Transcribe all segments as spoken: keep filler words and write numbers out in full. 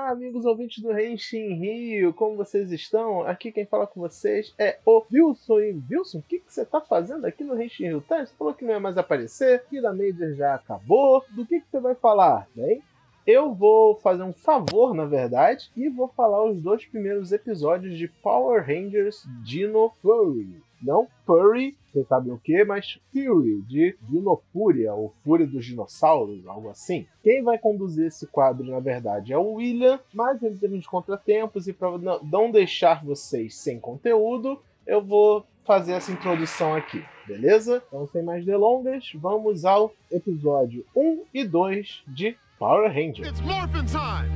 Olá, amigos ouvintes do Henshin Rio, como vocês estão? Aqui quem fala com vocês é o Wilson. E Wilson, o que, que você tá fazendo aqui no Henshin Rio? Tá? Você falou que não ia mais aparecer, que a Major já acabou. Do que, que você vai falar? Bem, eu vou fazer um favor, na verdade, e vou falar os dois primeiros episódios de Power Rangers Dino Fury. Não Furry, vocês sabem o que, mas Fury, de Dinofúria, ou Fúria dos Dinossauros, algo assim. Quem vai conduzir esse quadro, na verdade, é o William, mas ele teve uns contratempos e para não deixar vocês sem conteúdo, eu vou fazer essa introdução aqui, beleza? Então, sem mais delongas, vamos ao episódio um e dois de Power Rangers. It's Morphin' Time!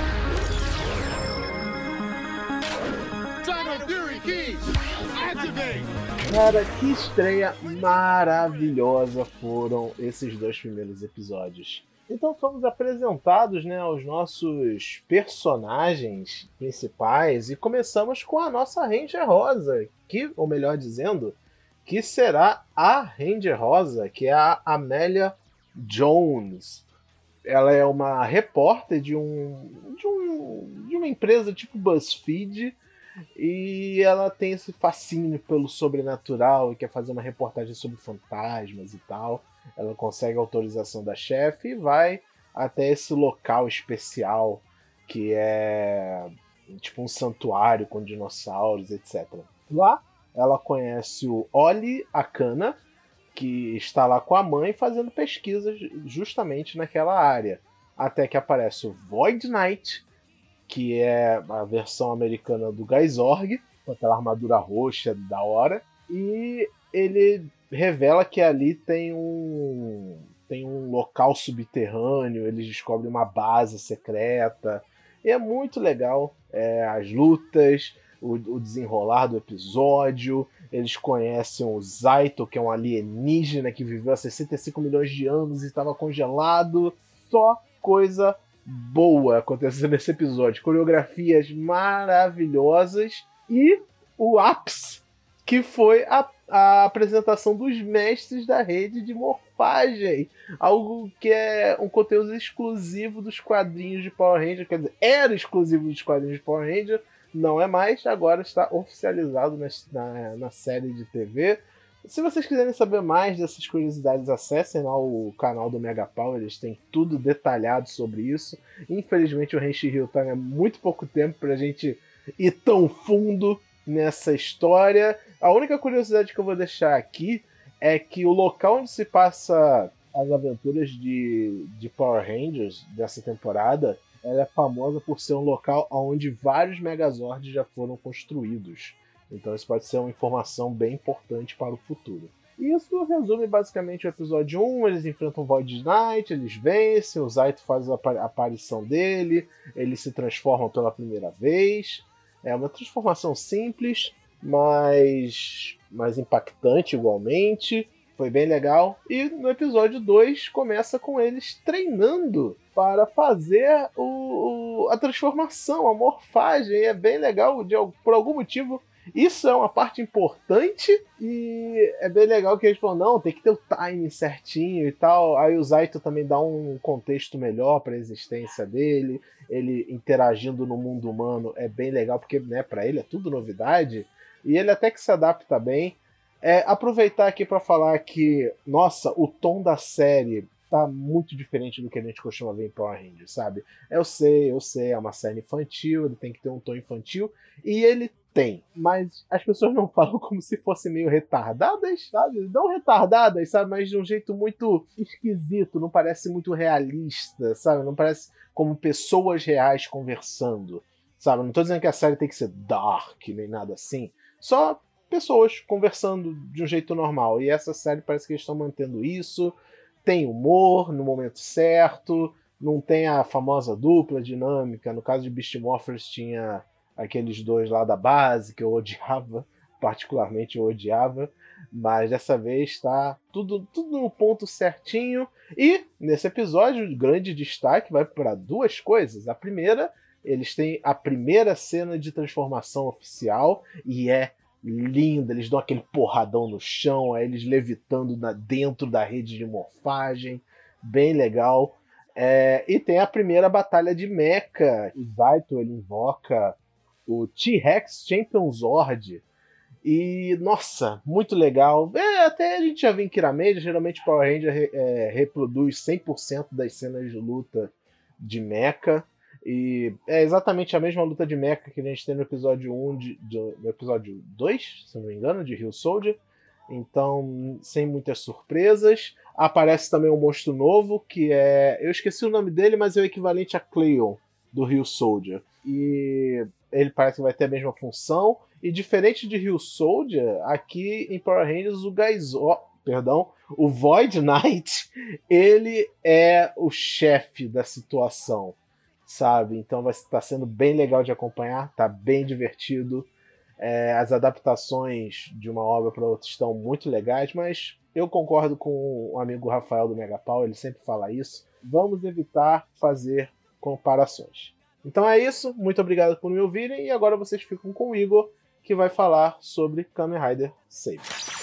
Dino Fury Keys! Activate! Cara, que estreia maravilhosa foram esses dois primeiros episódios. Então somos apresentados, né, aos nossos personagens principais e começamos com a nossa Ranger Rosa, que, ou melhor dizendo, que será a Ranger Rosa, que é a Amélia Jones. Ela é uma repórter de, um, de, um, de uma empresa tipo BuzzFeed, e ela tem esse fascínio pelo sobrenatural e quer fazer uma reportagem sobre fantasmas e tal. Ela consegue a autorização da chefe e vai até esse local especial que é tipo um santuário com dinossauros, etcétera. Lá ela conhece o Oli Akana, que está lá com a mãe fazendo pesquisas justamente naquela área. Até que aparece o Void Knight, que é a versão americana do Gaisorg, com aquela armadura roxa da hora, e ele revela que ali tem um, tem um local subterrâneo, eles descobrem uma base secreta, e é muito legal é, as lutas, o, o desenrolar do episódio. Eles conhecem o Zaito, que é um alienígena que viveu há sessenta e cinco milhões de anos e estava congelado. Só coisa boa acontecendo nesse episódio. Coreografias maravilhosas e o ápice, que foi a, a apresentação dos mestres da rede de morfagem. Algo que é um conteúdo exclusivo dos quadrinhos de Power Ranger. Quer dizer, era exclusivo dos quadrinhos de Power Ranger, não é mais, agora está oficializado na, na, na série de T V. Se vocês quiserem saber mais dessas curiosidades, acessem lá o canal do Mega Power, eles têm tudo detalhado sobre isso. Infelizmente o Henshin Rio tá há muito pouco tempo pra gente ir tão fundo nessa história. A única curiosidade que eu vou deixar aqui é que o local onde se passa as aventuras de, de Power Rangers dessa temporada, ela é famosa por ser um local onde vários Megazords já foram construídos. Então isso pode ser uma informação bem importante para o futuro. Isso resume basicamente o episódio um, eles enfrentam o Void Knight, eles vencem, o Zaito faz a aparição dele, eles se transformam pela primeira vez. É uma transformação simples, mas, mas impactante igualmente. Foi bem legal. E no episódio dois começa com eles treinando para fazer o, o, a transformação, a morfagem. E é bem legal, de, por algum motivo. Isso é uma parte importante e é bem legal que eles falam, não, tem que ter o timing certinho e tal. Aí o Zaito também dá um contexto melhor para a existência dele. Ele interagindo no mundo humano é bem legal, porque né, para ele é tudo novidade. E ele até que se adapta bem. É, aproveitar aqui para falar que, nossa, o tom da série tá muito diferente do que a gente costuma ver em Power Rangers, sabe? Eu sei, eu sei, é uma série infantil, ele tem que ter um tom infantil, e ele tem, mas as pessoas não falam como se fossem meio retardadas, sabe? Não retardadas, sabe? Mas de um jeito muito esquisito, não parece muito realista, sabe? Não parece como pessoas reais conversando, sabe? Não tô dizendo que a série tem que ser dark, nem nada assim, só pessoas conversando de um jeito normal, e essa série parece que eles estão mantendo isso. Tem humor no momento certo, não tem a famosa dupla dinâmica. No caso de Beast Morphers tinha aqueles dois lá da base que eu odiava, particularmente eu odiava, mas dessa vez está tudo, tudo no ponto certinho. E nesse episódio, o grande destaque vai para duas coisas. A primeira, eles têm a primeira cena de transformação oficial e é linda, eles dão aquele porradão no chão, aí eles levitando na, dentro da rede de morfagem, bem legal. É, e tem a primeira batalha de mecha. O Zaito ele invoca o T-Rex Champion Zord. E, nossa, muito legal. É, até a gente já viu em Kiramedia, geralmente Power Ranger é, reproduz cem por cento das cenas de luta de mecha. E é exatamente a mesma luta de mecha que a gente tem no episódio um, de, de, no episódio dois, se não me engano, de Hill Soldier. Então, sem muitas surpresas. Aparece também um monstro novo, que é... eu esqueci o nome dele, mas é o equivalente a Cleon, do Hill Soldier. E ele parece que vai ter a mesma função. E diferente de Hill Soldier, aqui em Power Rangers, o Gaizord, perdão, o Void Knight, ele é o chefe da situação, sabe? Então vai estar sendo bem legal de acompanhar, tá bem divertido. É, as adaptações de uma obra para outra estão muito legais, mas eu concordo com o amigo Rafael do Megapau, ele sempre fala isso. Vamos evitar fazer comparações. Então é isso, muito obrigado por me ouvirem e agora vocês ficam com o Igor, que vai falar sobre Kamen Rider Saber.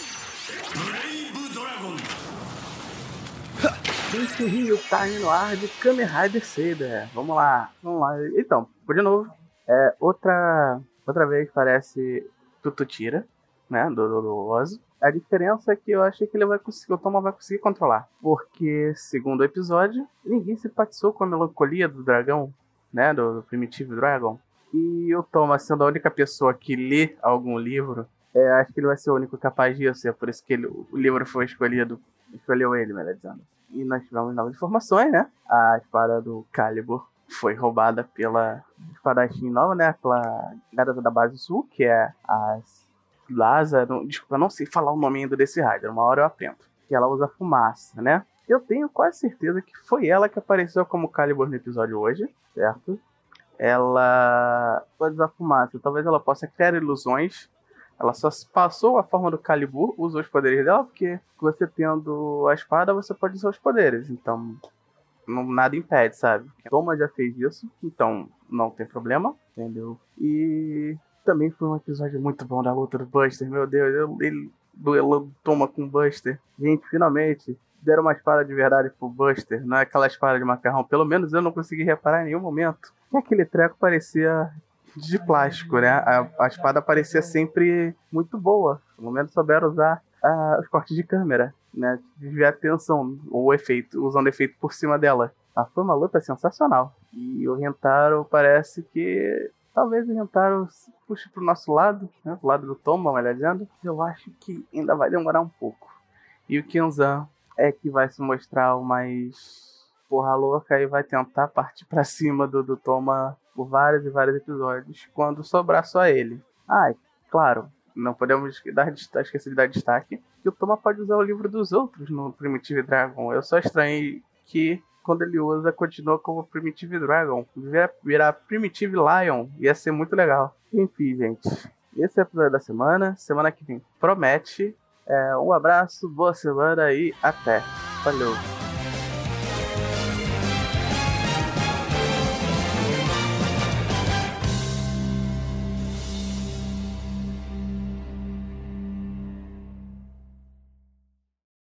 Esse Rio tá no ar de Kamen Rider Saber. Vamos lá, vamos lá. Então, de novo, é, outra, outra vez parece Tututira, né, do, do, do Ozo. A diferença é que eu acho que ele vai conseguir, o Toma vai conseguir controlar. Porque, segundo o episódio, ninguém simpatizou com a melancolia do dragão, né, do, do Primitive Dragon. E o Toma, sendo a única pessoa que lê algum livro, é, acho que ele vai ser o único capaz disso. É por isso que ele, o livro foi escolhido, escolheu ele, melhor dizendo. E nós tivemos novas informações, né? A espada do Calibur foi roubada pela espadachim nova, né? Pela garota da base sul, que é a Laza. Não, desculpa, eu não sei falar o nome ainda desse Rider, uma hora eu aprendo. Que ela usa fumaça, né? Eu tenho quase certeza que foi ela que apareceu como Calibur no episódio hoje, certo? Ela pode usar fumaça, talvez ela possa criar ilusões. Ela só passou a forma do Calibur, usou os poderes dela, porque você tendo a espada, você pode usar os poderes. Então, não, nada impede, sabe? Toma já fez isso, então não tem problema, entendeu? E também foi um episódio muito bom da luta do Buster, meu Deus, ele duelou Toma com o Buster. Gente, finalmente deram uma espada de verdade pro Buster, não é aquela espada de macarrão. Pelo menos eu não consegui reparar em nenhum momento que aquele treco parecia de plástico, né? A, a espada parecia sempre muito boa. Pelo menos souberam usar uh, os cortes de câmera, né? Desviar a atenção, ou o efeito, usando efeito por cima dela. Ah, foi uma luta sensacional. E o Rentaro parece que... Talvez o Rentaro puxe pro nosso lado, né? Pro lado do Toma, melhor dizendo. Eu acho que ainda vai demorar um pouco. E o Kenzan é que vai se mostrar o mais porra louca e vai tentar partir pra cima do, do Toma por vários e vários episódios, quando sobrar só ele. Ah, claro, não podemos dar, esquecer de dar destaque que o Toma pode usar o livro dos outros no Primitive Dragon. Eu só estranhei que quando ele usa, continua como Primitive Dragon. Virar, virar Primitive Lion ia ser muito legal. Enfim, gente, esse é o episódio da semana. Semana que vem promete. É, um abraço, boa semana e até. Valeu!